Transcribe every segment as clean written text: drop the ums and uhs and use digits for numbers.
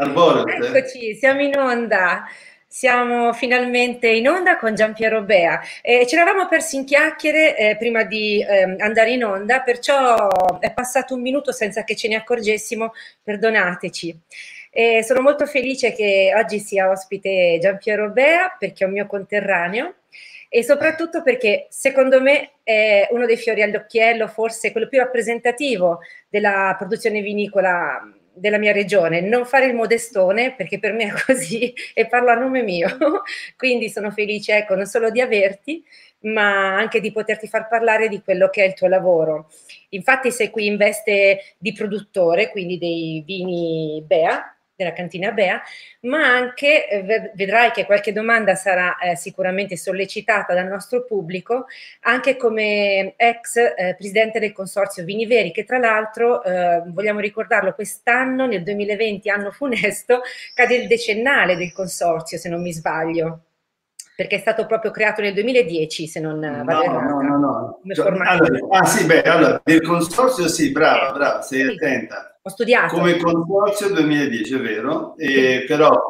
Arboret. Eccoci, siamo in onda. Siamo finalmente in onda con Giampiero Bea. Ci eravamo persi in chiacchiere prima di andare in onda, perciò è passato un minuto senza che ce ne accorgessimo, perdonateci. Sono molto felice che oggi sia ospite Giampiero Bea perché è un mio conterraneo e soprattutto perché secondo me è uno dei fiori all'occhiello, forse quello più rappresentativo della produzione vinicola della mia regione. Non fare il modestone, perché per me è così e parlo a nome mio. Quindi sono felice, ecco, non solo di averti, ma anche di poterti far parlare di quello che è il tuo lavoro. Infatti sei qui in veste di produttore, quindi dei vini Bea, della cantina Bea, ma anche vedrai che qualche domanda sarà sicuramente sollecitata dal nostro pubblico, anche come ex presidente del Consorzio Vini Veri, che tra l'altro, vogliamo ricordarlo, quest'anno, nel 2020, anno funesto, cade il decennale del Consorzio, se non mi sbaglio, perché è stato proprio creato nel 2010, se non vado No, no, no, errata, no. come formazione. Allora, ah sì, beh, allora, del consorzio sì, brava, brava, sei Sì, attenta. ho studiato. Come consorzio 2010, è vero, Sì. però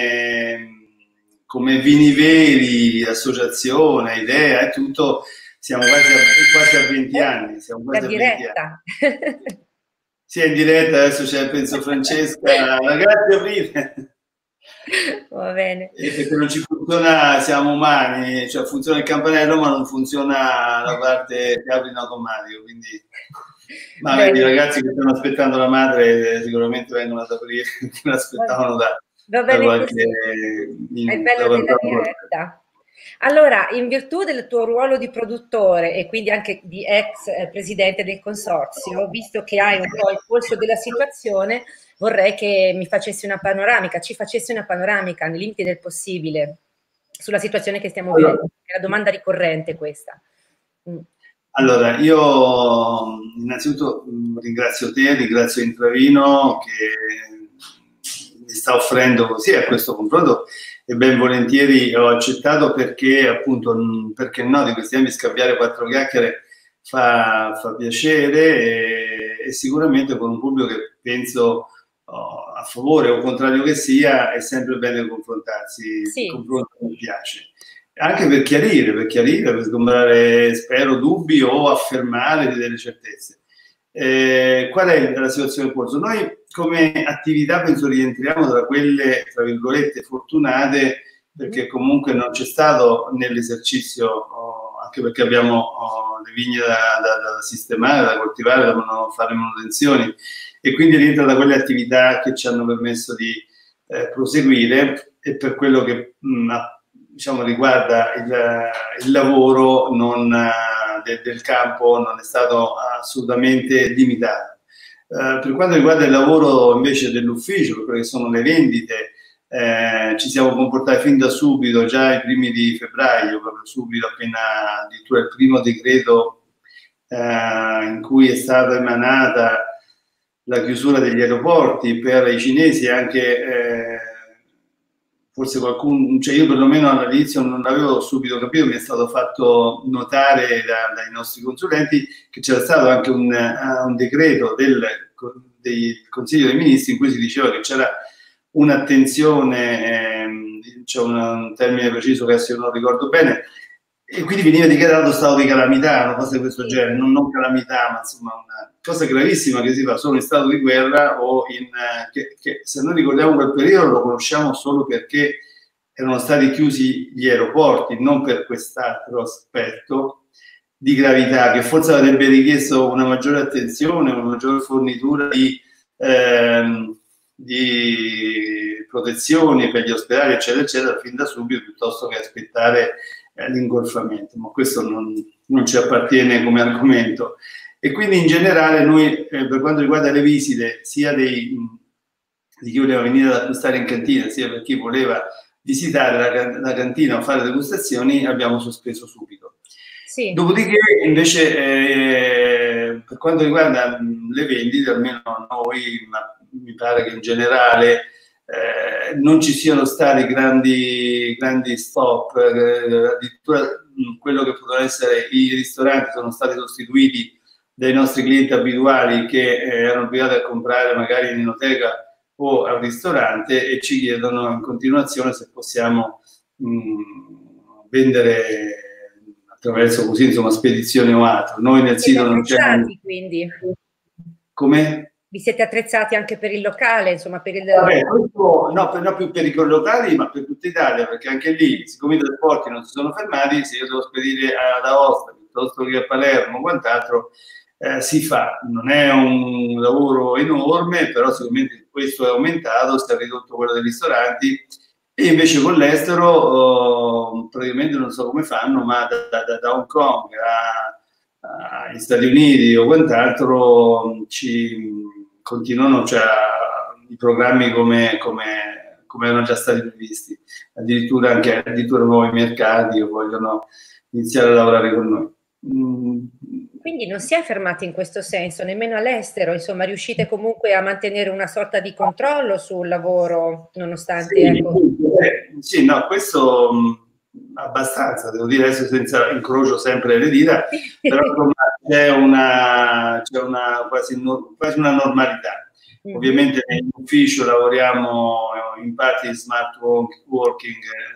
come Vini Veri, associazione, idea e tutto, siamo quasi a 20 anni, siamo La quasi a 20 anni. diretta. Sì, è in diretta, adesso c'è, penso, Francesca, ragazzi, aprite. Va bene. Perché non ci funziona, siamo umani, cioè funziona il campanello ma non funziona la parte che apre in automatico, quindi ma vedi, i Bene. ragazzi che stanno aspettando la madre sicuramente vengono ad aprire, che l'aspettavano Va da bene qualche così. È il da bello qualche della ora. diretta. Allora, in virtù del tuo ruolo di produttore e quindi anche di ex presidente del consorzio, visto che hai un po' il polso della situazione, vorrei che mi facessi una panoramica, ci facessi una panoramica nei limiti del possibile sulla situazione che stiamo Allora, vivendo. È una domanda ricorrente questa. Mm. allora, io innanzitutto ringrazio te, ringrazio Intravino che mi sta offrendo così a questo confronto e ben volentieri ho accettato perché appunto, perché no, di questi tempi scambiare quattro chiacchiere fa piacere e sicuramente con un pubblico che penso a favore o contrario che sia è sempre bene confrontarsi, il Sì, confronto mi piace. Anche per sgombrare, spero, dubbi o affermare delle certezze. Qual è la situazione del polso? Noi come attività penso rientriamo tra quelle, tra virgolette, fortunate, perché comunque non c'è stato nell'esercizio, anche perché abbiamo le vigne da sistemare, da coltivare, da fare manutenzioni, e quindi rientra da quelle attività che ci hanno permesso di proseguire e per quello che diciamo, riguarda il lavoro del campo non è stato assolutamente limitato. Per quanto riguarda il lavoro invece dell'ufficio, per quelle che sono le vendite, ci siamo comportati fin da subito, già ai primi di febbraio, proprio subito appena addirittura il primo decreto in cui è stata emanata la chiusura degli aeroporti per i cinesi, anche forse qualcuno, cioè io perlomeno all'inizio non l'avevo subito capito, mi è stato fatto notare dai nostri consulenti che c'era stato anche un decreto del Consiglio dei Ministri in cui si diceva che c'era un'attenzione, c'è un termine preciso che adesso non ricordo bene, e quindi veniva dichiarato stato di calamità, una cosa di questo genere, non calamità, ma insomma una cosa gravissima che si fa solo in stato di guerra o che se noi ricordiamo quel periodo lo conosciamo solo perché erano stati chiusi gli aeroporti, non per quest'altro aspetto di gravità che forse avrebbe richiesto una maggiore attenzione, una maggiore fornitura di protezioni per gli ospedali, eccetera, eccetera, fin da subito, piuttosto che aspettare l'ingolfamento, ma questo non ci appartiene come argomento. E quindi in generale noi, per quanto riguarda le visite, sia di chi voleva venire ad acquistare in cantina, sia per chi voleva visitare la cantina o fare degustazioni, abbiamo sospeso subito. sì. Dopodiché, invece, per quanto riguarda le vendite, almeno noi, ma mi pare che in generale non ci siano stati grandi stop, addirittura quello che potevano essere i ristoranti sono stati sostituiti dai nostri clienti abituali che erano abituati a comprare magari in enoteca o al ristorante e ci chiedono in continuazione se possiamo vendere attraverso così, insomma, spedizioni o altro. Noi nel sito non c'è... Quindi. Come? Vi siete attrezzati anche per il locale, insomma, per il... Vabbè, no, più per i locali, ma per tutta Italia, perché anche lì, siccome i trasporti non si sono fermati, se io devo spedire ad Aosta piuttosto che a Palermo o quant'altro, si fa. Non è un lavoro enorme, però sicuramente questo è aumentato, si è ridotto quello dei ristoranti, e invece con l'estero praticamente non so come fanno, ma da Hong Kong agli Stati Uniti o quant'altro continuano, cioè, i programmi come erano già stati previsti, addirittura nuovi mercati vogliono iniziare a lavorare con noi. Quindi non si è fermati in questo senso, nemmeno all'estero, insomma, riuscite comunque a mantenere una sorta di controllo sul lavoro, nonostante... Sì, ecco... sì, no, questo abbastanza, devo dire, adesso senza incrocio sempre le dita, però c'è quasi una normalità. Ovviamente nell'ufficio lavoriamo in parte di smart working,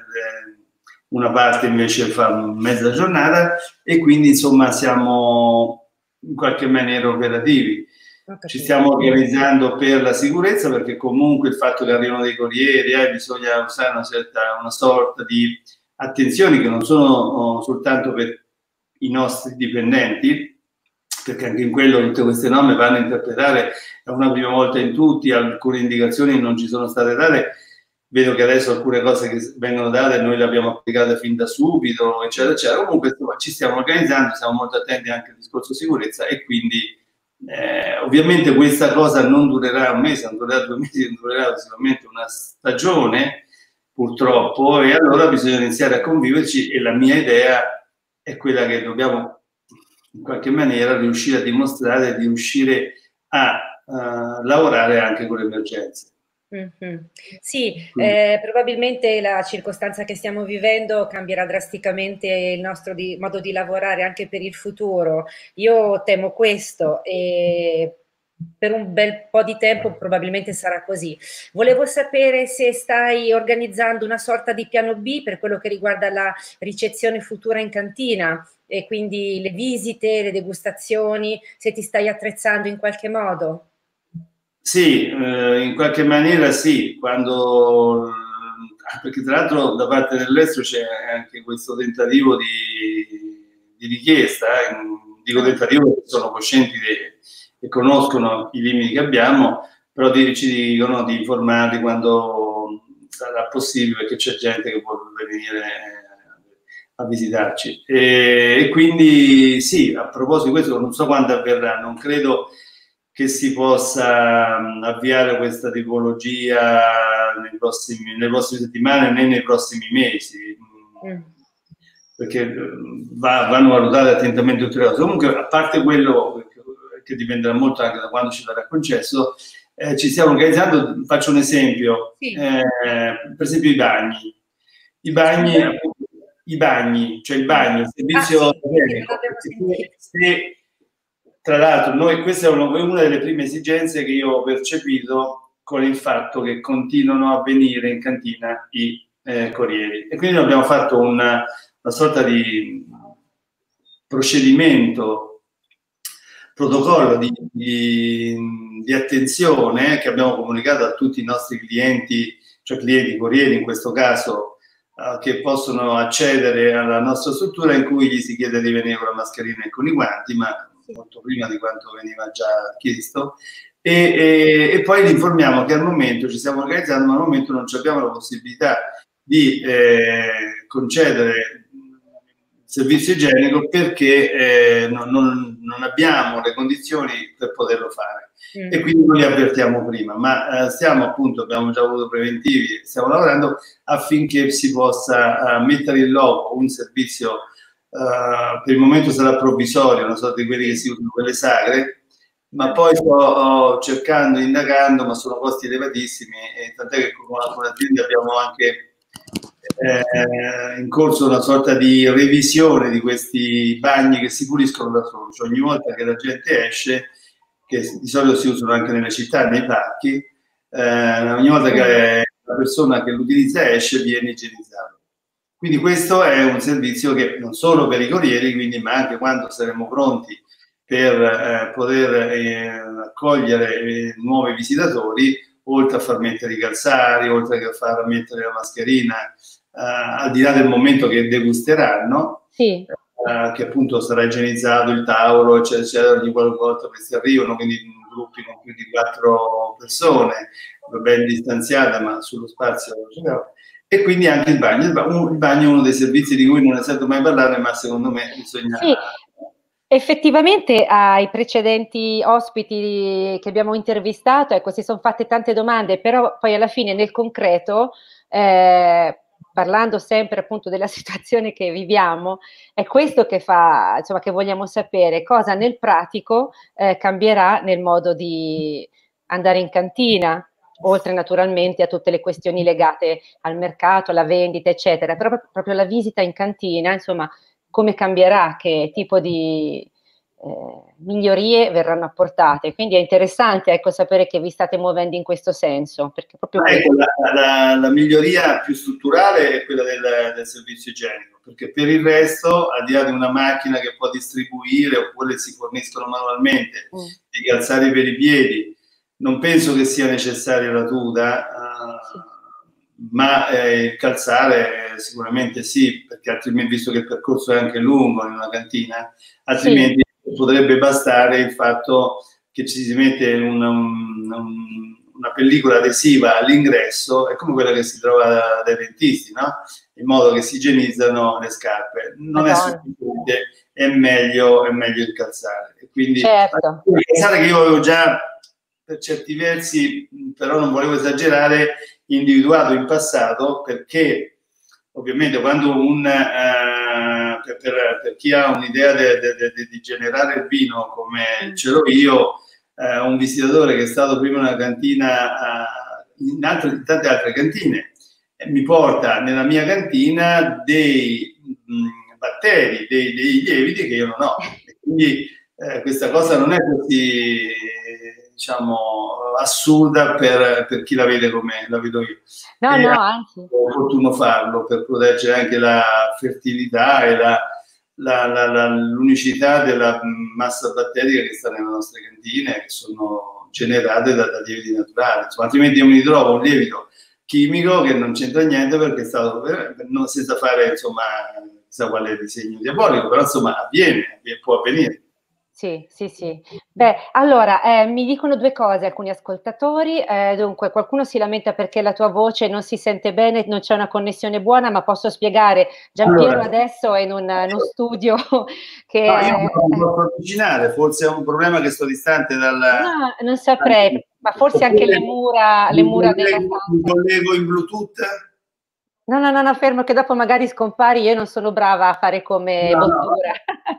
una parte invece fa mezza giornata, e quindi insomma siamo in qualche maniera operativi. Ci stiamo organizzando per la sicurezza, perché comunque il fatto che arrivano dei corrieri, bisogna usare una sorta di attenzioni che non sono soltanto per i nostri dipendenti, perché anche in quello tutte queste norme vanno a interpretare una prima volta in tutti, alcune indicazioni non ci sono state date. Vedo che adesso alcune cose che vengono date noi le abbiamo applicate fin da subito, eccetera, eccetera. Comunque insomma, ci stiamo organizzando, siamo molto attenti anche al discorso sicurezza, e quindi ovviamente questa cosa non durerà un mese, non durerà 2 mesi, non durerà sicuramente una stagione, purtroppo, e allora bisogna iniziare a conviverci, e la mia idea è quella che dobbiamo in qualche maniera riuscire a dimostrare di riuscire a lavorare anche con le emergenze. Sì, probabilmente la circostanza che stiamo vivendo cambierà drasticamente il nostro modo di lavorare anche per il futuro. Io temo questo, e per un bel po' di tempo probabilmente sarà così. Volevo sapere se stai organizzando una sorta di piano B per quello che riguarda la ricezione futura in cantina, e quindi le visite, le degustazioni, se ti stai attrezzando in qualche modo. Sì, in qualche maniera sì, perché tra l'altro da parte dell'estero c'è anche questo tentativo di richiesta, dico tentativo perché sono coscienti e conoscono i limiti che abbiamo, però ci dicono di informarli quando sarà possibile, perché c'è gente che vuole venire a visitarci. E quindi sì, a proposito di questo, non so quando avverrà, non credo che si possa avviare questa tipologia nelle prossime settimane né nei prossimi mesi, perché vanno valutate attentamente tutte le cose. Comunque, a parte quello che dipenderà molto anche da quando ci verrà concesso, ci stiamo organizzando. Faccio un esempio, sì. Per esempio i bagni, cioè il bagno, il servizio igienico. Tra l'altro, questa è una delle prime esigenze che io ho percepito con il fatto che continuano a venire in cantina i corrieri, e quindi abbiamo fatto una sorta di procedimento, protocollo di attenzione che abbiamo comunicato a tutti i nostri clienti, cioè clienti corrieri in questo caso, che possono accedere alla nostra struttura, in cui gli si chiede di venire con la mascherina e con i guanti, ma molto prima di quanto veniva già chiesto, e poi li informiamo che al momento ci stiamo organizzando, ma al momento non abbiamo la possibilità di concedere il servizio igienico, perché non abbiamo le condizioni per poterlo fare, e quindi noi li avvertiamo prima, ma abbiamo già avuto preventivi, stiamo lavorando affinché si possa mettere in loco un servizio. Per il momento sarà provvisorio, una sorta di quelli che si usano, quelle sagre, ma poi sto cercando, indagando, ma sono costi elevatissimi, e tant'è che con alcune aziende abbiamo anche in corso una sorta di revisione di questi bagni che si puliscono da soli, cioè ogni volta che la gente esce, che di solito si usano anche nelle città, nei parchi, ogni volta che la persona che l'utilizza esce viene igienizzato. Quindi questo è un servizio che non solo per i corrieri, quindi, ma anche quando saremo pronti per poter accogliere nuovi visitatori, oltre a far mettere i calzari, oltre che a far mettere la mascherina, al di là del momento che degusteranno, sì. Che appunto sarà igienizzato il tavolo, eccetera, eccetera, ogni volta questi arrivano, quindi in gruppi con più di 4 persone, ben distanziata, ma sullo spazio. E quindi anche il bagno. Il bagno è uno dei servizi di cui non ne sento mai parlare, ma secondo me bisogna... Sì. Effettivamente ai precedenti ospiti che abbiamo intervistato, ecco, si sono fatte tante domande, però poi alla fine nel concreto, parlando sempre appunto della situazione che viviamo, è questo che fa, insomma, che vogliamo sapere, cosa nel pratico cambierà nel modo di andare in cantina, oltre naturalmente a tutte le questioni legate al mercato, alla vendita, eccetera, però proprio la visita in cantina, insomma, come cambierà, che tipo di migliorie verranno apportate. Quindi è interessante, ecco, sapere che vi state muovendo in questo senso. Perché proprio ecco, la miglioria più strutturale è quella del servizio igienico, perché per il resto, al di là di una macchina che può distribuire, oppure si forniscono manualmente i calzari per i piedi, non penso che sia necessaria la tuta, ma il calzare sicuramente sì, perché altrimenti, visto che il percorso è anche lungo in una cantina, altrimenti potrebbe bastare il fatto che ci si mette una pellicola adesiva all'ingresso, è come quella che si trova dai dentisti, no? In modo che si igienizzano le scarpe. Non è sufficiente, è meglio il calzare. E quindi certo. il calzare che io avevo già per certi versi, però non volevo esagerare, individuato in passato, perché ovviamente quando per chi ha un'idea di generare il vino come ce l'ho io, un visitatore che è stato prima in una cantina, in tante altre cantine, mi porta nella mia cantina dei batteri, dei lieviti che io non ho. E quindi questa cosa non è così, diciamo, assurda per chi la vede come la vedo io. No, anzi. È opportuno farlo per proteggere anche la fertilità e l'unicità della massa batterica che sta nelle nostre cantine, che sono generate da lieviti naturali. Insomma, altrimenti io mi ritrovo un lievito chimico che non c'entra niente, perché è stato senza fare, insomma, chissà quale disegno diabolico, però insomma avviene, può avvenire. Sì. Beh, allora, mi dicono 2 cose alcuni ascoltatori. Dunque, qualcuno si lamenta perché la tua voce non si sente bene, non c'è una connessione buona, ma posso spiegare. Giampiero adesso è in uno studio che... No, io non posso avvicinare, forse è un problema che sto distante dal... No, non saprei, ma forse anche le mura della stanza. Mi collego in Bluetooth? No, fermo, che dopo magari scompari, io non sono brava a fare come Bottura.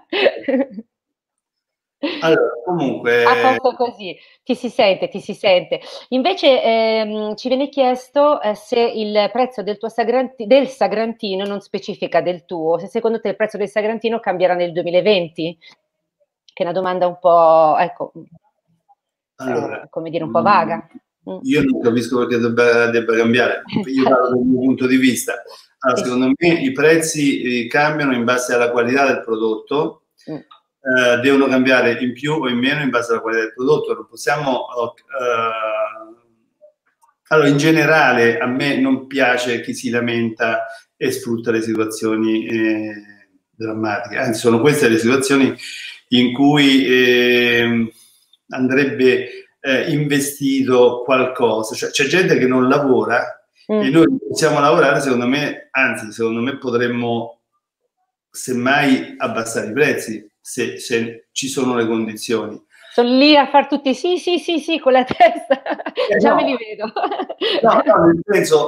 Allora, comunque... A posto così, ti si sente. Invece ci viene chiesto se il prezzo del Sagrantino non specifica del tuo, se secondo te il prezzo del Sagrantino cambierà nel 2020? Che è una domanda un po', ecco, allora, come dire, un po' vaga. Io non capisco perché debba cambiare. Io parlo dal mio punto di vista. Allora, secondo me i prezzi cambiano in base alla qualità del prodotto, devono cambiare in più o in meno in base alla qualità del prodotto. Non possiamo... Allora, in generale, a me non piace chi si lamenta e sfrutta le situazioni drammatiche. Anzi, sono queste le situazioni in cui andrebbe investito qualcosa. Cioè, c'è gente che non lavora e noi possiamo lavorare, secondo me, anzi, secondo me potremmo semmai abbassare i prezzi se ci sono le condizioni. Sono lì a far tutti sì con la testa, già me li vedo. No, nel senso,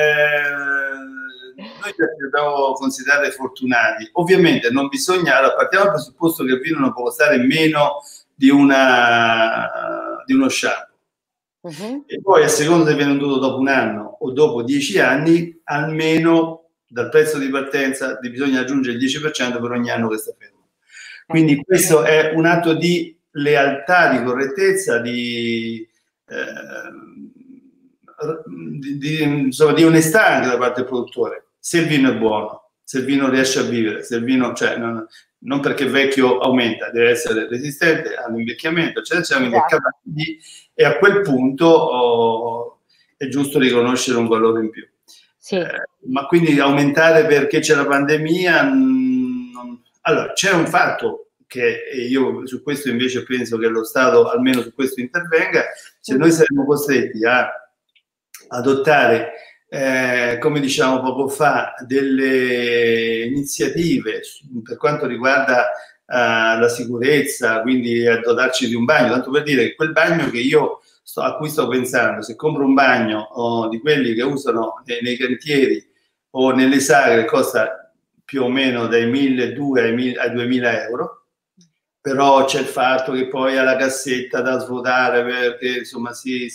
noi ci dobbiamo considerare fortunati. Ovviamente non bisogna, allora, partiamo dal presupposto che il vino non può costare meno di uno shampoo. E poi, a seconda se viene venduto dopo 1 anno o dopo 10 anni, almeno dal prezzo di partenza bisogna aggiungere il 10% per ogni anno che sta fermo. Quindi questo è un atto di lealtà, di correttezza, di insomma, di onestà anche da parte del produttore. Se il vino è buono, se il vino riesce a vivere, se il vino, cioè, non perché vecchio aumenta, deve essere resistente all'invecchiamento, eccetera, eccetera, quindi è capace di, e a quel punto è giusto riconoscere un valore in più. Sì. Ma quindi aumentare perché c'è la pandemia? Allora, c'è un fatto che io su questo invece penso che lo Stato almeno su questo intervenga. Se noi saremo costretti a adottare, come diciamo poco fa, delle iniziative per quanto riguarda la sicurezza, quindi a dotarci di un bagno, tanto per dire che quel bagno che io a cui sto pensando, se compro un bagno di quelli che usano nei cantieri o nelle sagre, costa più o meno dai 1.200 ai 2.000 euro, però c'è il fatto che poi ha la cassetta da svuotare perché insomma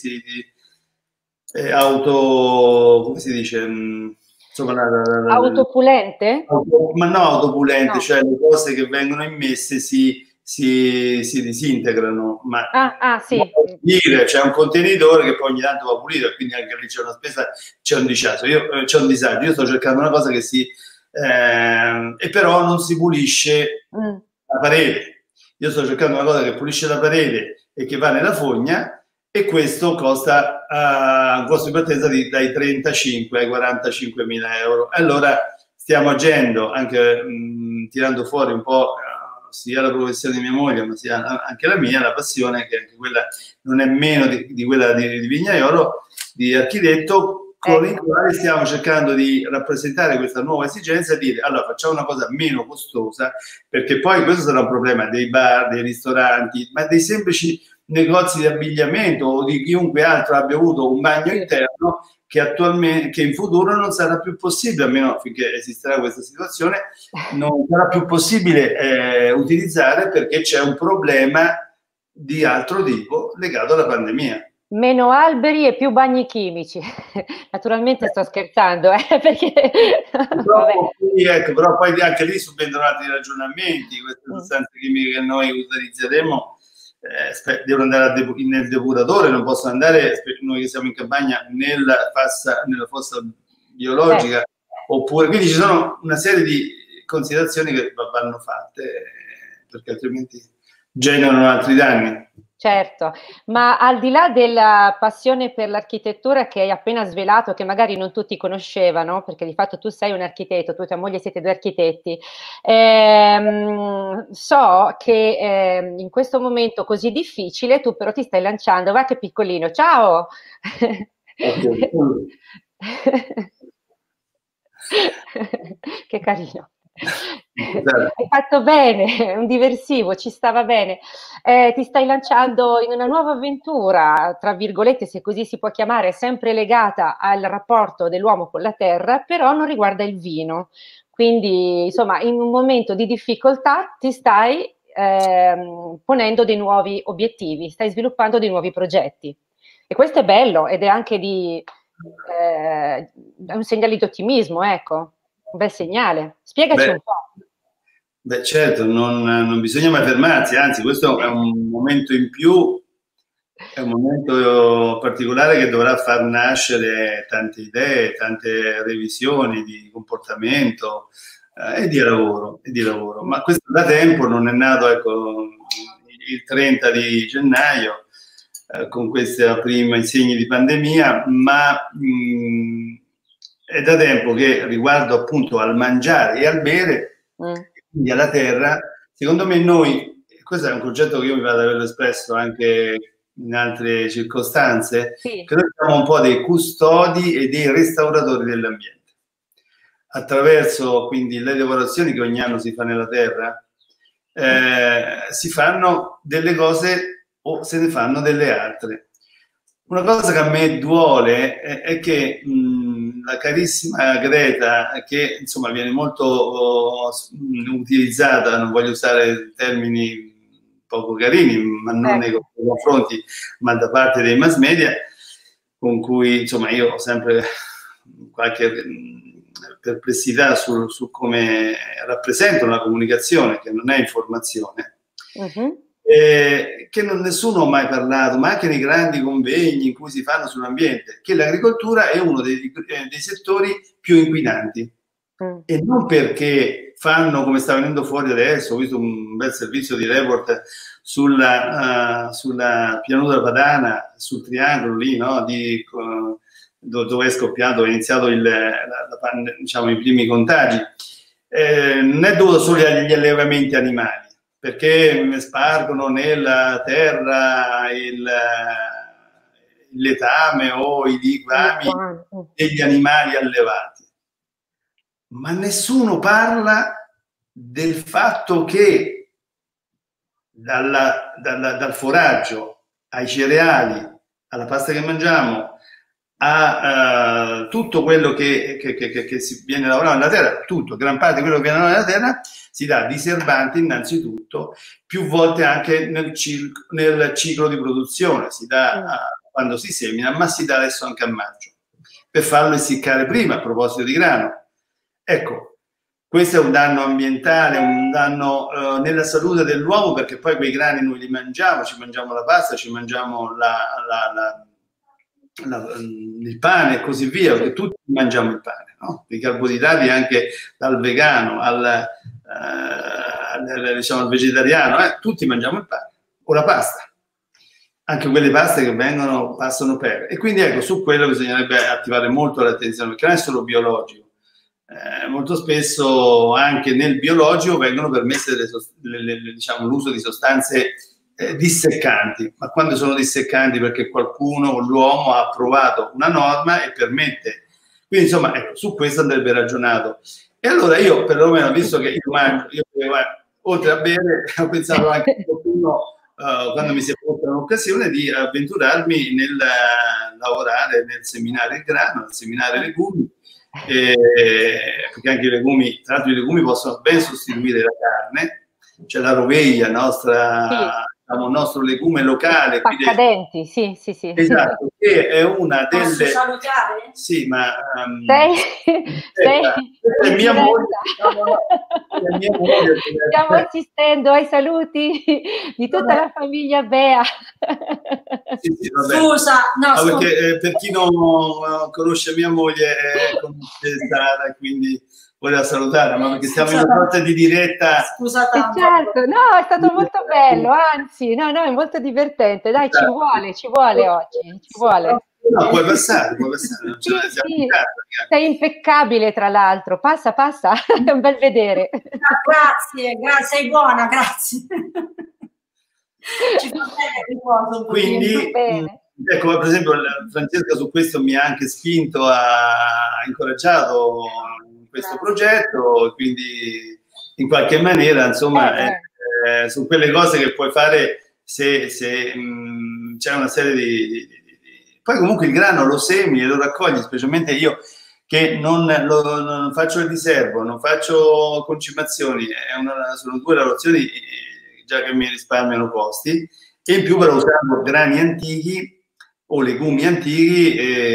come si dice? Insomma, autopulente? Ma no, autopulente, No. cioè le cose che vengono immesse si disintegrano, ma sì. c'è un contenitore che poi ogni tanto va pulito, quindi anche lì c'è una spesa, c'è un disagio. Io sto cercando una cosa che e però non si pulisce la parete. Io sto cercando una cosa che pulisce la parete e che va nella fogna, e questo costa un costo di partenza dai 35 ai 45.000 euro. Allora stiamo agendo anche tirando fuori un po' sia la professione di mia moglie, ma sia anche la mia, la passione, che anche quella non è meno di quella di vignaiolo, di architetto, con il quale stiamo cercando di rappresentare questa nuova esigenza e dire: allora facciamo una cosa meno costosa, perché poi questo sarà un problema dei bar, dei ristoranti, ma dei semplici negozi di abbigliamento o di chiunque altro abbia avuto un bagno interno, che in futuro non sarà più possibile, almeno finché esisterà questa situazione, non sarà più possibile utilizzare, perché c'è un problema di altro tipo legato alla pandemia. Meno alberi e più bagni chimici. Naturalmente sto scherzando, perché... Però poi anche lì subentrano altri ragionamenti. Queste sostanze chimiche che noi utilizzeremo devono andare nel depuratore, non possono andare, noi che siamo in campagna, nella fossa biologica, oppure, quindi ci sono una serie di considerazioni che vanno fatte, perché altrimenti generano altri danni. Certo, ma al di là della passione per l'architettura che hai appena svelato, che magari non tutti conoscevano, perché di fatto tu sei un architetto, tu e tua moglie siete due architetti, so che in questo momento così difficile tu però ti stai lanciando, va che piccolino, ciao! Che carino. Hai fatto bene, è un diversivo, ci stava bene. Ti stai lanciando in una nuova avventura, tra virgolette, se così si può chiamare, sempre legata al rapporto dell'uomo con la terra, però non riguarda il vino. Quindi, insomma, in un momento di difficoltà ti stai ponendo dei nuovi obiettivi, stai sviluppando dei nuovi progetti. E questo è bello ed è anche un segnale di ottimismo, ecco, un bel segnale. Spiegaci un po'. Beh, certo, non bisogna mai fermarsi, anzi, questo è un momento in più, è un momento particolare che dovrà far nascere tante idee, tante revisioni di comportamento e di lavoro. Ma questo da tempo non è nato, ecco, il 30 di gennaio, con questi primi segni di pandemia, ma è da tempo che, riguardo appunto al mangiare e al bere, quindi alla terra, secondo me questo è un concetto che io mi vado ad averlo espresso anche in altre circostanze, che noi siamo un po' dei custodi e dei restauratori dell'ambiente. Attraverso quindi le lavorazioni che ogni anno si fa nella terra, si fanno delle cose o se ne fanno delle altre. Una cosa che a me duole è che la carissima Greta, che insomma viene molto utilizzata, non voglio usare termini poco carini, ma non nei confronti, ma da parte dei mass media, con cui insomma io ho sempre qualche perplessità su come rappresentano la comunicazione, che non è informazione. che nessuno ha mai parlato, ma anche nei grandi convegni in cui si fanno sull'ambiente, che l'agricoltura è uno dei settori più inquinanti. E non perché fanno, come sta venendo fuori adesso, ho visto un bel servizio di report sulla pianura padana, sul triangolo lì, no? Dove è scoppiato, è iniziato diciamo, i primi contagi. Non è dovuto solo agli allevamenti animali, perché spargono nella terra il letame o i liquami degli animali allevati. Ma nessuno parla del fatto che dal foraggio ai cereali, alla pasta che mangiamo, a tutto quello che si viene lavorato nella terra, tutto, gran parte di quello che viene lavorato nella terra, si dà diserbanti innanzitutto, più volte anche nel ciclo di produzione, si dà quando si semina, ma si dà adesso anche a maggio, per farlo essiccare prima, a proposito di grano. Ecco, questo è un danno ambientale, un danno nella salute dell'uomo, perché poi quei grani noi li mangiamo, ci mangiamo la pasta, ci mangiamo il pane e così via, perché tutti mangiamo il pane, no? I carboidrati anche dal vegano diciamo, al vegetariano, tutti mangiamo il pane o la pasta, anche quelle paste che passano per. E quindi ecco, su quello bisognerebbe attivare molto l'attenzione, perché non è solo biologico. Molto spesso anche nel biologico vengono permesse diciamo, l'uso di sostanze disseccanti, ma quando sono disseccanti perché qualcuno, l'uomo, ha approvato una norma e permette. Quindi insomma, ecco, su questo andrebbe ragionato. E allora io perlomeno, visto che io mangio, oltre a bere, ho pensato anche a qualcuno, quando mi si è proposta un'occasione, di avventurarmi nel lavorare, nel seminare il grano, nel seminare legumi, perché anche i legumi, tra l'altro i legumi possono ben sostituire la carne. C'è la roveglia, diciamo, il nostro legume locale. Spaccadenti, sì. Esatto, che è una delle... Posso salutare? Sì, ma... sei mia moglie, mia moglie. Stiamo assistendo ai saluti di tutta la famiglia Bea. Sì, scusa, no, perché per chi non conosce mia moglie è stata, quindi voleva salutare, ma perché siamo in una sorta di diretta. Scusa tanto. Certo, no, è stato molto bello, anzi, no, è molto divertente, dai, ci vuole oggi, ci vuole. No, puoi passare. Sì. Sei impeccabile, tra l'altro, passa, è un bel vedere. Grazie, sei buona, grazie. Ci fa bene, quindi, ecco, per esempio, Francesca su questo mi ha anche spinto, ha incoraggiato questo progetto, quindi in qualche maniera, insomma, su quelle cose che puoi fare se c'è una serie di... Poi comunque il grano lo semini e lo raccogli, specialmente io che non faccio il riservo, non faccio concimazioni, sono 2 lavorazioni già che mi risparmiano costi, e in più però usando grani antichi o legumi antichi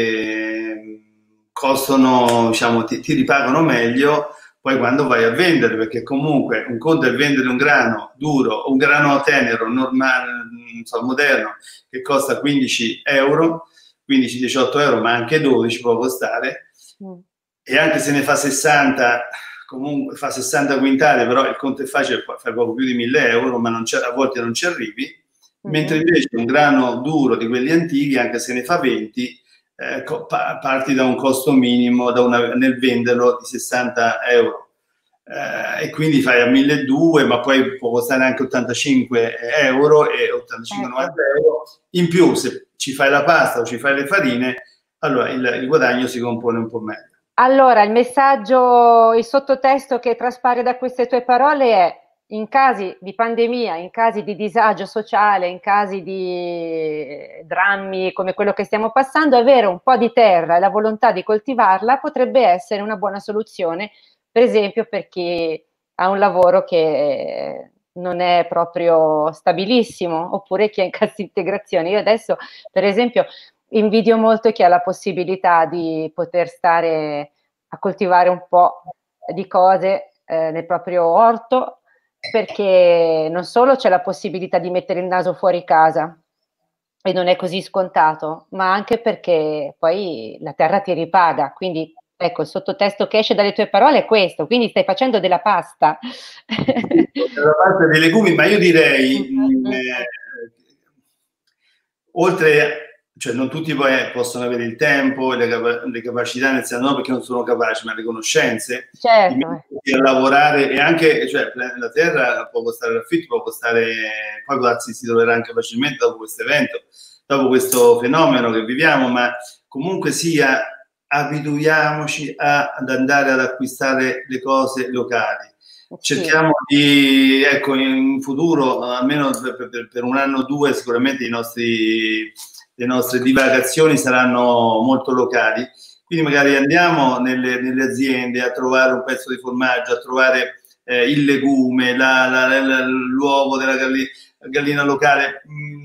costano, diciamo, ti ripagano meglio poi quando vai a vendere, perché comunque un conto è vendere un grano duro, un grano tenero, normale, moderno, che costa 15 euro, 15-18 euro, ma anche 12 può costare, e anche se ne fa 60, comunque fa 60 quintali, però il conto è facile, fai poco più di 1000 euro, ma a volte non ci arrivi, mentre invece un grano duro di quelli antichi, anche se ne fa 20, parti da un costo minimo nel venderlo di 60 euro. E quindi fai a 1200, ma poi può costare anche 85 euro e 85-90 euro. In più, se ci fai la pasta o ci fai le farine, allora il guadagno si compone un po' meglio. Allora, il messaggio, il sottotesto che traspare da queste tue parole è: in casi di pandemia, in casi di disagio sociale, in casi di drammi come quello che stiamo passando, avere un po' di terra e la volontà di coltivarla potrebbe essere una buona soluzione, per esempio per chi ha un lavoro che non è proprio stabilissimo, oppure chi è in cassa integrazione. Io adesso, per esempio, invidio molto chi ha la possibilità di poter stare a coltivare un po' di cose nel proprio orto, perché non solo c'è la possibilità di mettere il naso fuori casa, e non è così scontato, ma anche perché poi la terra ti ripaga, quindi ecco, il sottotesto che esce dalle tue parole è questo, quindi stai facendo della pasta. Dalla parte dei legumi, ma io direi, oltre, cioè non tutti poi possono avere il tempo e le capacità, nel senso, non perché non sono capaci, ma le conoscenze, certo, di mettersi a lavorare, e anche, cioè, la terra può costare l'affitto, può costare, poi si troverà anche facilmente dopo questo evento, dopo questo fenomeno che viviamo, ma comunque sia, abituiamoci ad andare ad acquistare le cose locali. Cerchiamo di, ecco, in futuro, almeno per un anno o due, sicuramente le nostre divagazioni saranno molto locali. Quindi magari andiamo nelle aziende a trovare un pezzo di formaggio, a trovare il legume, l'uovo della gallina locale,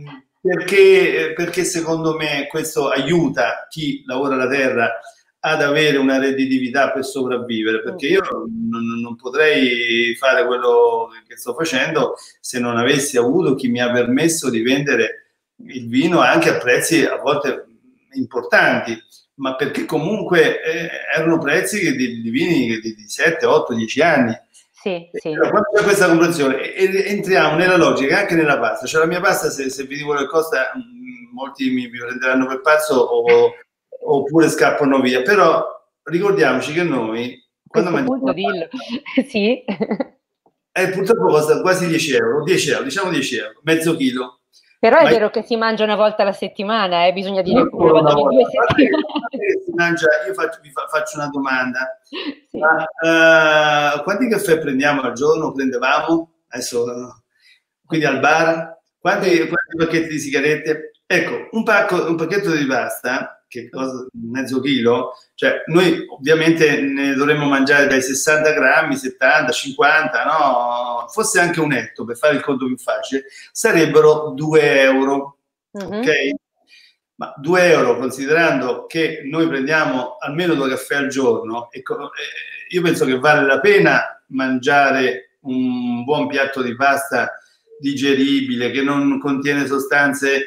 perché secondo me questo aiuta chi lavora la terra ad avere una redditività per sopravvivere, perché io non potrei fare quello che sto facendo se non avessi avuto chi mi ha permesso di vendere il vino anche a prezzi a volte importanti, ma perché comunque erano prezzi di vini di 7, 8, 10 anni. Sì, sì. Quando c'è questa comprensione, entriamo nella logica anche nella pasta. Cioè la mia pasta, se vi dico che costa, molti mi prenderanno per pazzo oppure scappano via, però ricordiamoci che noi quando mangiamo sì. purtroppo costa quasi 10 euro, 10 euro, diciamo 10 euro, mezzo chilo. Però è vero che si mangia una volta alla settimana, bisogna dire una volta ogni 2 settimane. Si mangia, io vi faccio una domanda. Sì. Ma, quanti caffè prendiamo al giorno? Prendevamo? Adesso, quindi al bar? Quanti pacchetti di sigarette? Ecco, un pacchetto di pasta, che costa mezzo chilo, cioè noi ovviamente ne dovremmo mangiare dai 60 grammi, 70, 50, no? Fosse anche un etto, per fare il conto più facile, sarebbero 2 euro, ok? Ma 2 euro, considerando che noi prendiamo almeno 2 caffè al giorno, io penso che vale la pena mangiare un buon piatto di pasta digeribile, che non contiene sostanze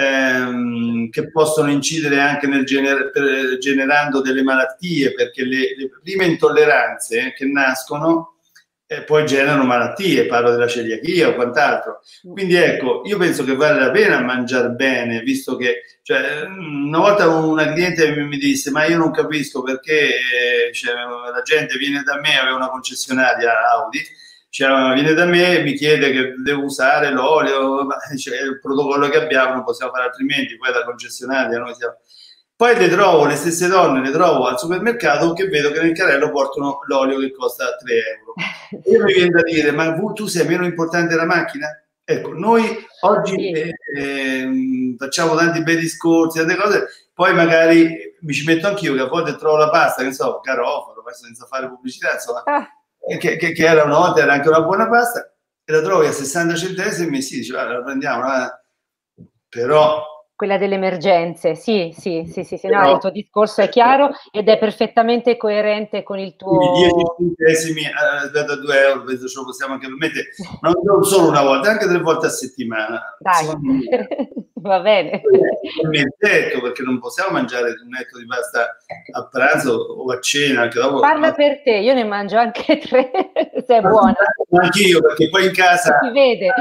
che possono incidere anche generando delle malattie, perché le prime intolleranze che nascono poi generano malattie, parlo della celiachia o quant'altro. Quindi ecco, io penso che vale la pena mangiare bene, visto che, cioè, una volta una cliente mi disse: ma io non capisco perché la gente viene da me, aveva una concessionaria Audi, viene da me, mi chiede che devo usare l'olio, cioè, il protocollo che abbiamo, non possiamo fare altrimenti, poi da concessionaria noi siamo... Poi le stesse donne le trovo al supermercato che vedo che nel carrello portano l'olio che costa 3 euro. Io mi viene da dire: ma tu sei meno importante della macchina? Ecco, noi oggi facciamo tanti bei discorsi, tante cose, poi magari mi ci metto anch'io, che a volte trovo la pasta, che ne so, Garofalo, senza fare pubblicità, insomma, che era una volta, era anche una buona pasta, e la trovi a 60 centesimi, sì, dice, la prendiamo, però... Quella delle emergenze, sì, no, il tuo discorso è chiaro ed è perfettamente coerente con il tuo... 10 centesimi da 2 euro, penso ce lo possiamo anche permettere, ma non solo una volta, anche 3 volte a settimana. Dai, va bene. Mi detto, perché non possiamo mangiare un etto di pasta a pranzo o a cena. Anche dopo, parla per te, io ne mangio anche 3, se è buona. Anch'io, perché poi in casa si vede.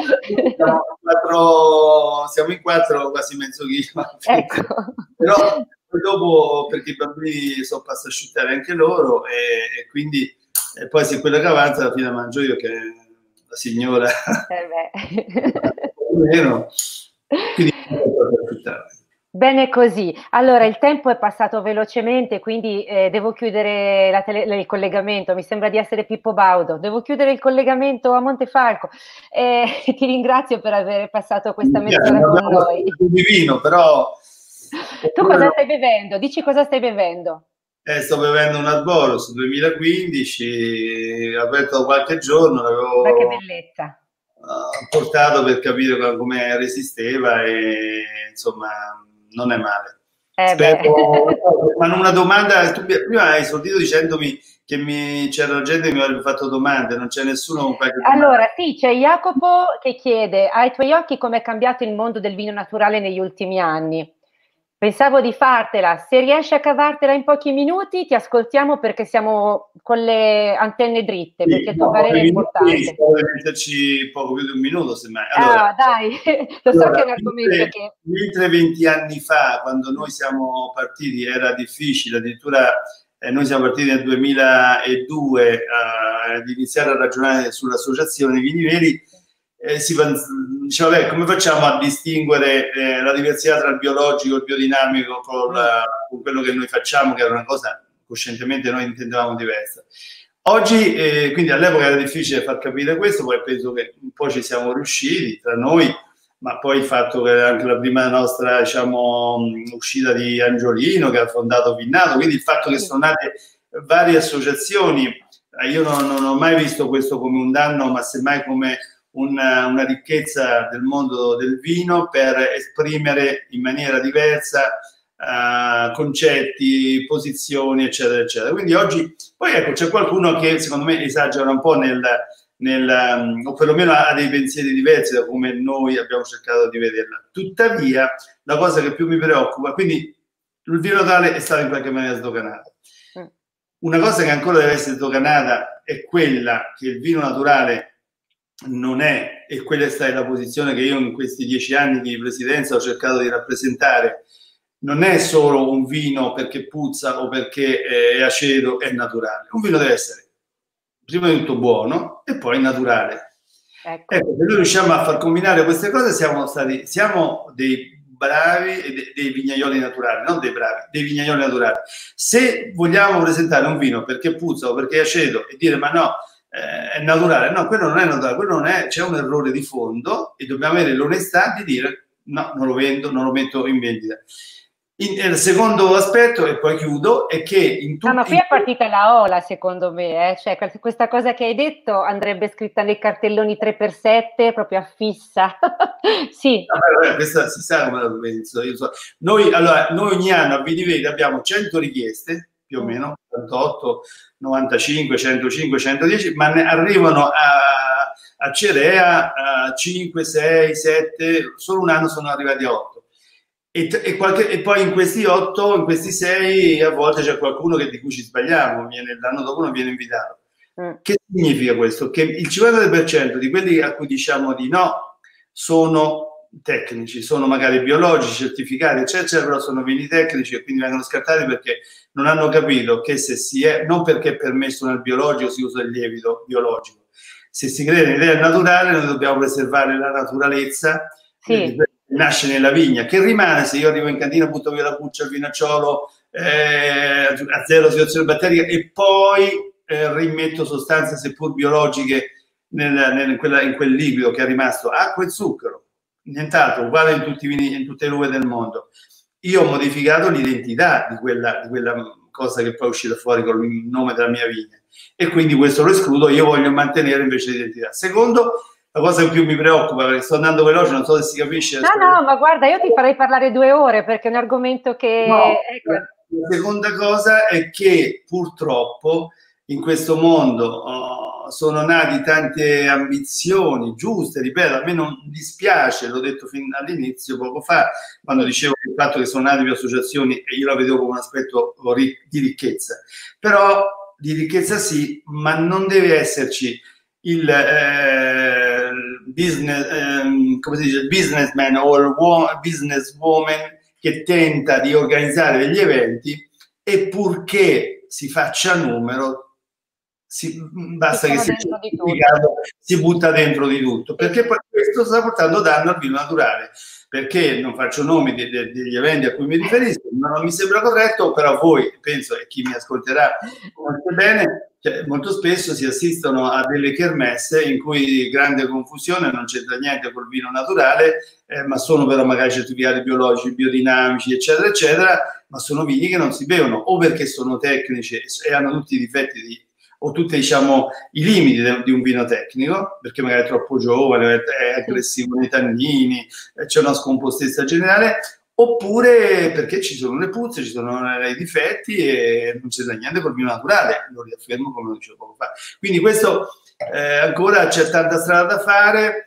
Siamo in 4, quasi mezzo chilo. Ecco. Però dopo, perché i bambini sono passati a asciuttare anche loro, e quindi poi se quella che avanza alla fine mangio io, che la signora meno, quindi bene così. Allora, il tempo è passato velocemente, quindi devo chiudere il collegamento. Mi sembra di essere Pippo Baudo. Devo chiudere il collegamento a Montefalco. Ti ringrazio per aver passato questa mezz'ora con noi. Di vino, però... Tu cosa stai bevendo? Dici cosa stai bevendo. Sto bevendo un Alboros 2015, aperto qualche giorno, l'avevo... Ma che bellezza! Portato per capire come resisteva, e insomma non è male. Spero, ma una domanda, tu prima hai esordito dicendomi c'era gente che mi avrebbe fatto domande, non c'è nessuno con qualche Allora, sì, c'è Jacopo che chiede, ai tuoi occhi come è cambiato il mondo del vino naturale negli ultimi anni? Pensavo di fartela, se riesci a cavartela in pochi minuti ti ascoltiamo perché siamo con le antenne dritte, perché il tuo parere è importante. Metterci poco più di un minuto, semmai. Allora, dai, lo so che è un argomento che... Mentre 20 anni fa, quando noi siamo partiti, era difficile, addirittura noi siamo partiti nel 2002 ad iniziare a ragionare sull'associazione Vini Veri, si diceva, vabbè, come facciamo a distinguere la diversità tra il biologico e il biodinamico con quello che noi facciamo, che era una cosa coscientemente noi intendevamo diversa. Oggi, quindi all'epoca era difficile far capire questo, poi penso che un po' ci siamo riusciti tra noi, ma poi il fatto che anche la prima nostra, diciamo, uscita di Angiolino, che ha fondato Vinnato, quindi il fatto che sono nate varie associazioni, io non ho mai visto questo come un danno, ma semmai come una ricchezza del mondo del vino per esprimere in maniera diversa concetti, posizioni, eccetera, eccetera. Quindi oggi, poi ecco, c'è qualcuno che secondo me esagera un po' o perlomeno ha dei pensieri diversi da come noi abbiamo cercato di vederla. Tuttavia, la cosa che più mi preoccupa, quindi il vino naturale è stato in qualche maniera sdoganato. Una cosa che ancora deve essere sdoganata è quella che il vino naturale non è, e quella è stata la posizione che io in questi 10 anni di presidenza ho cercato di rappresentare, non è solo un vino perché puzza o perché è acedo, è naturale. Un vino deve essere prima di tutto buono e poi naturale. Ecco, se noi riusciamo a far combinare queste cose siamo dei bravi e dei vignaioli naturali, non dei bravi, dei vignaioli naturali. Se vogliamo presentare un vino perché puzza o perché è acedo e dire ma no, è naturale, no, quello non è naturale, quello non è, c'è un errore di fondo e dobbiamo avere l'onestà di dire no, non lo vendo, non lo metto in vendita. Il secondo aspetto, e poi chiudo, è che in tutti... No, ma qui è partita la ola, secondo me, cioè questa cosa che hai detto andrebbe scritta nei cartelloni 3x7, proprio a fissa. Sì. No, questa si sa come la penso. Noi ogni anno a Vini Veri abbiamo 100 richieste, più o meno, 88, 95, 105, 110, ma ne arrivano a Cerea 5, 6, 7, solo un anno sono arrivati a 8. E poi in questi 8, in questi 6, a volte c'è qualcuno di cui ci sbagliamo, l'anno dopo non viene invitato. Che significa questo? Che il 50% di quelli a cui diciamo di no sono tecnici, sono magari biologici, certificati, eccetera, però sono vini tecnici e quindi vengono scartati perché non hanno capito che se non perché è permesso nel biologico si usa il lievito biologico. Se si crede in idea naturale, noi dobbiamo preservare la naturalezza. Sì. Nasce nella vigna, che rimane se io arrivo in cantina, butto via la buccia, il vinacciolo a zero situazione batterica e poi rimetto sostanze seppur biologiche in quel liquido che è rimasto, acqua e zucchero, nient'altro, uguale in tutti i vini, in tutte le uve del mondo. Io ho modificato l'identità di quella cosa che poi è uscita fuori con il nome della mia vigna e quindi questo lo escludo, io voglio mantenere invece l'identità. Secondo, la cosa che più mi preoccupa, perché sto andando veloce, non so se si capisce. No, ma guarda, io ti farei parlare 2 ore perché è un argomento che... No, la seconda cosa è che purtroppo in questo mondo sono nati tante ambizioni giuste, ripeto, a me non dispiace, l'ho detto fin all'inizio, poco fa, quando dicevo il fatto che sono nate più associazioni e io la vedevo come un aspetto di ricchezza, però di ricchezza sì, ma non deve esserci il come si dice, businessman o businesswoman che tenta di organizzare degli eventi e purché si faccia numero basta che si butta dentro di tutto, perché poi questo sta portando danno al vino naturale, perché non faccio nomi degli eventi a cui mi riferisco, ma non mi sembra corretto, però voi, penso, e chi mi ascolterà molto bene, cioè, molto spesso si assistono a delle kermesse in cui grande confusione, non c'entra niente col vino naturale, ma sono però magari certificati biologici, biodinamici, eccetera, eccetera, ma sono vini che non si bevono, o perché sono tecnici e hanno tutti i difetti o tutti, diciamo, i limiti di un vino tecnico, perché magari è troppo giovane, è aggressivo nei tannini, c'è una scompostezza generale, oppure perché ci sono le puzze, ci sono i difetti e non c'è da niente col vino naturale, lo riaffermo come lo dicevo poco fa. Quindi questo ancora c'è tanta strada da fare.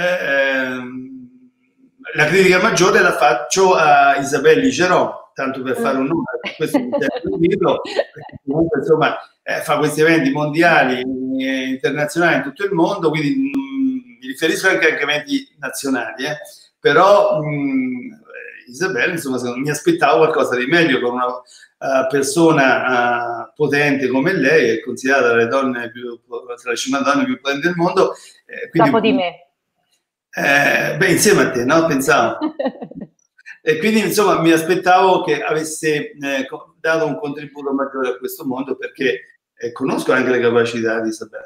La critica maggiore la faccio a Isabelle Ligeron, tanto per fare un nome, questo è un libro, perché comunque insomma fa questi eventi mondiali e internazionali in tutto il mondo, quindi mi riferisco anche a eventi nazionali, però Isabelle, insomma, mi aspettavo qualcosa di meglio con una persona potente come lei, è considerata tra le donne tra le 50 donne più potenti del mondo. Quindi, dopo di me. Beh, insieme a te, no? Pensavo. E quindi, insomma, mi aspettavo che avesse dato un contributo maggiore a questo mondo, perché conosco anche le capacità di Isabelle.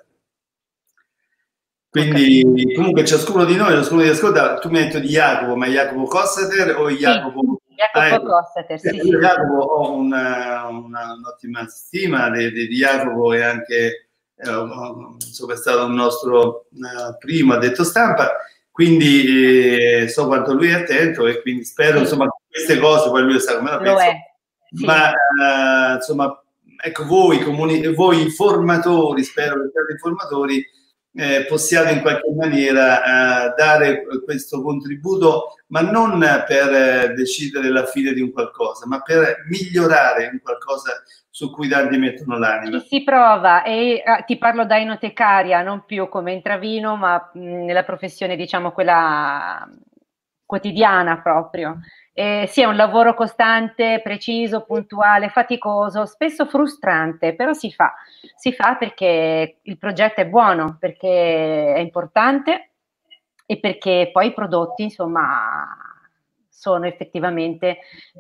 Quindi, comunque, ciascuno di noi, ciascuno di ascolta, tu mi hai detto di Jacopo, ma Jacopo Cossater o Jacopo? Sì, Jacopo Cossater, sì. Io Jacopo ho un'ottima stima di Jacopo, e anche insomma, è stato un nostro primo addetto stampa, quindi so quanto lui è attento, e quindi spero, insomma, queste cose, poi lui sa come la pensa, ma insomma, ecco, voi informatori, spero che siate informatori, possiate in qualche maniera dare questo contributo, ma non per decidere la fine di un qualcosa, ma per migliorare un qualcosa su cui tanti mettono l'anima. Ci si prova, e ti parlo da enotecaria, non più come intravino, ma nella professione, diciamo, quella quotidiana proprio. Sì, è un lavoro costante, preciso, puntuale, faticoso, spesso frustrante, però si fa perché il progetto è buono, perché è importante e perché poi i prodotti, insomma, sono effettivamente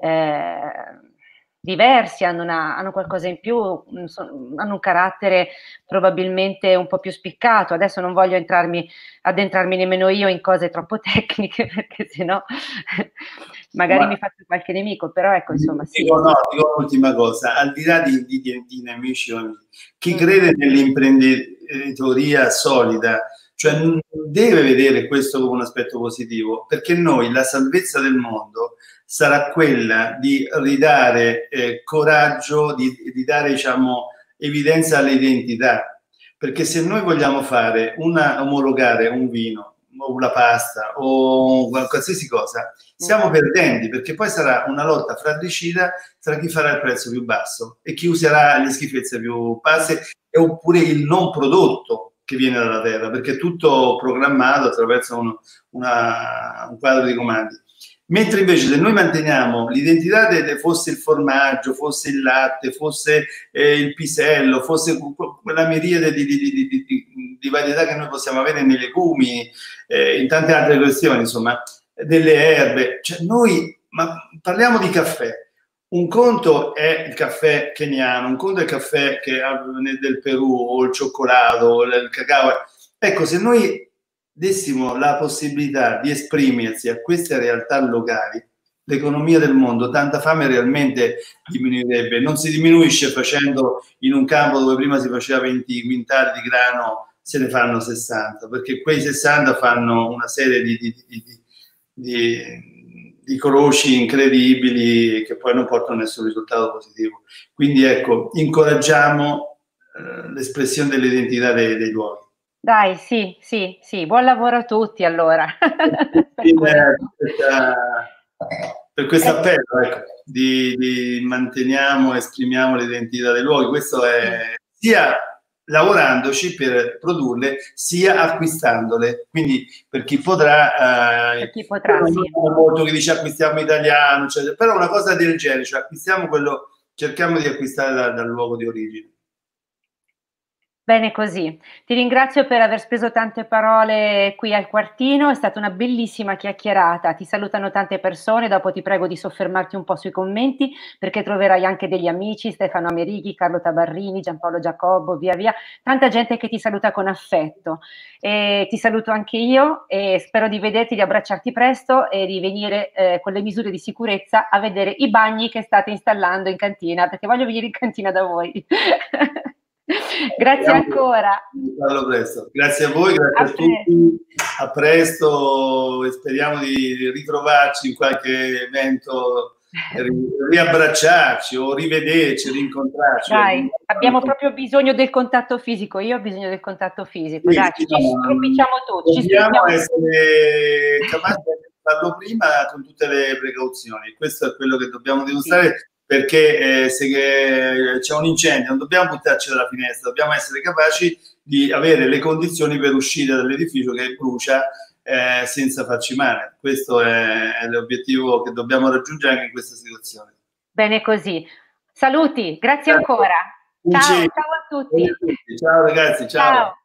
diversi, hanno qualcosa in più, hanno un carattere probabilmente un po' più spiccato. Adesso non voglio addentrarmi nemmeno io in cose troppo tecniche, perché sennò magari mi faccio qualche nemico, però ecco, insomma, sì. Dico l'ultima cosa, al di là di nemici, chi crede nell'imprenditoria solida, cioè deve vedere questo come un aspetto positivo, perché noi, la salvezza del mondo sarà quella di ridare coraggio, di dare, diciamo, evidenza alle identità, perché se noi vogliamo omologare un vino o una pasta o qualsiasi cosa, siamo perdenti, perché poi sarà una lotta fratricida tra chi farà il prezzo più basso e chi userà le schifezze più basse, oppure il non prodotto che viene dalla terra, perché è tutto programmato attraverso un quadro di comandi. Mentre invece se noi manteniamo l'identità, fosse il formaggio, fosse il latte, fosse il pisello, fosse quella miriade di varietà che noi possiamo avere nei legumi, in tante altre questioni, insomma, delle erbe, cioè ma parliamo di caffè. Un conto è il caffè keniano, un conto è il caffè del Perù, o il cioccolato, o il cacao. Ecco, se noi dessimo la possibilità di esprimersi a queste realtà locali, l'economia del mondo, tanta fame realmente diminuirebbe. Non si diminuisce facendo in un campo dove prima si faceva 20 quintali di grano, se ne fanno 60, perché quei 60 fanno una serie di croci incredibili che poi non portano a nessun risultato positivo. Quindi ecco, incoraggiamo l'espressione dell'identità dei luoghi. Dai, sì, buon lavoro a tutti allora. Per questo appello, ecco, di manteniamo, esprimiamo l'identità dei luoghi. Questo è sia lavorandoci per produrle, sia acquistandole. Quindi per chi potrà, sì. Molto che dice acquistiamo italiano, cioè, però una cosa del genere, cioè acquistiamo quello, cerchiamo di acquistare dal luogo di origine. Bene così, ti ringrazio per aver speso tante parole qui al Quartino, è stata una bellissima chiacchierata, ti salutano tante persone, dopo ti prego di soffermarti un po' sui commenti, perché troverai anche degli amici, Stefano Amerighi, Carlo Tabarrini, Giampaolo Giacobbo, via via, tanta gente che ti saluta con affetto. E ti saluto anche io e spero di vederti, di abbracciarti presto e di venire con le misure di sicurezza a vedere i bagni che state installando in cantina, perché voglio venire in cantina da voi. Grazie ancora. Parlo presto. Grazie a voi, grazie a tutti. A presto e speriamo di ritrovarci in qualche evento, riabbracciarci o rivederci, rincontrarci. Dai, abbiamo proprio bisogno del contatto fisico. Io ho bisogno del contatto fisico. Dai, ci stropicciamo tutti. Dobbiamo essere capaci di farlo prima con tutte le precauzioni. Questo è quello che dobbiamo dimostrare, perché se c'è un incendio non dobbiamo buttarci dalla finestra, dobbiamo essere capaci di avere le condizioni per uscire dall'edificio che brucia senza farci male. Questo è l'obiettivo che dobbiamo raggiungere anche in questa situazione. Bene così. Saluti, grazie ancora. Ciao, ciao a tutti. Ciao ragazzi, ciao.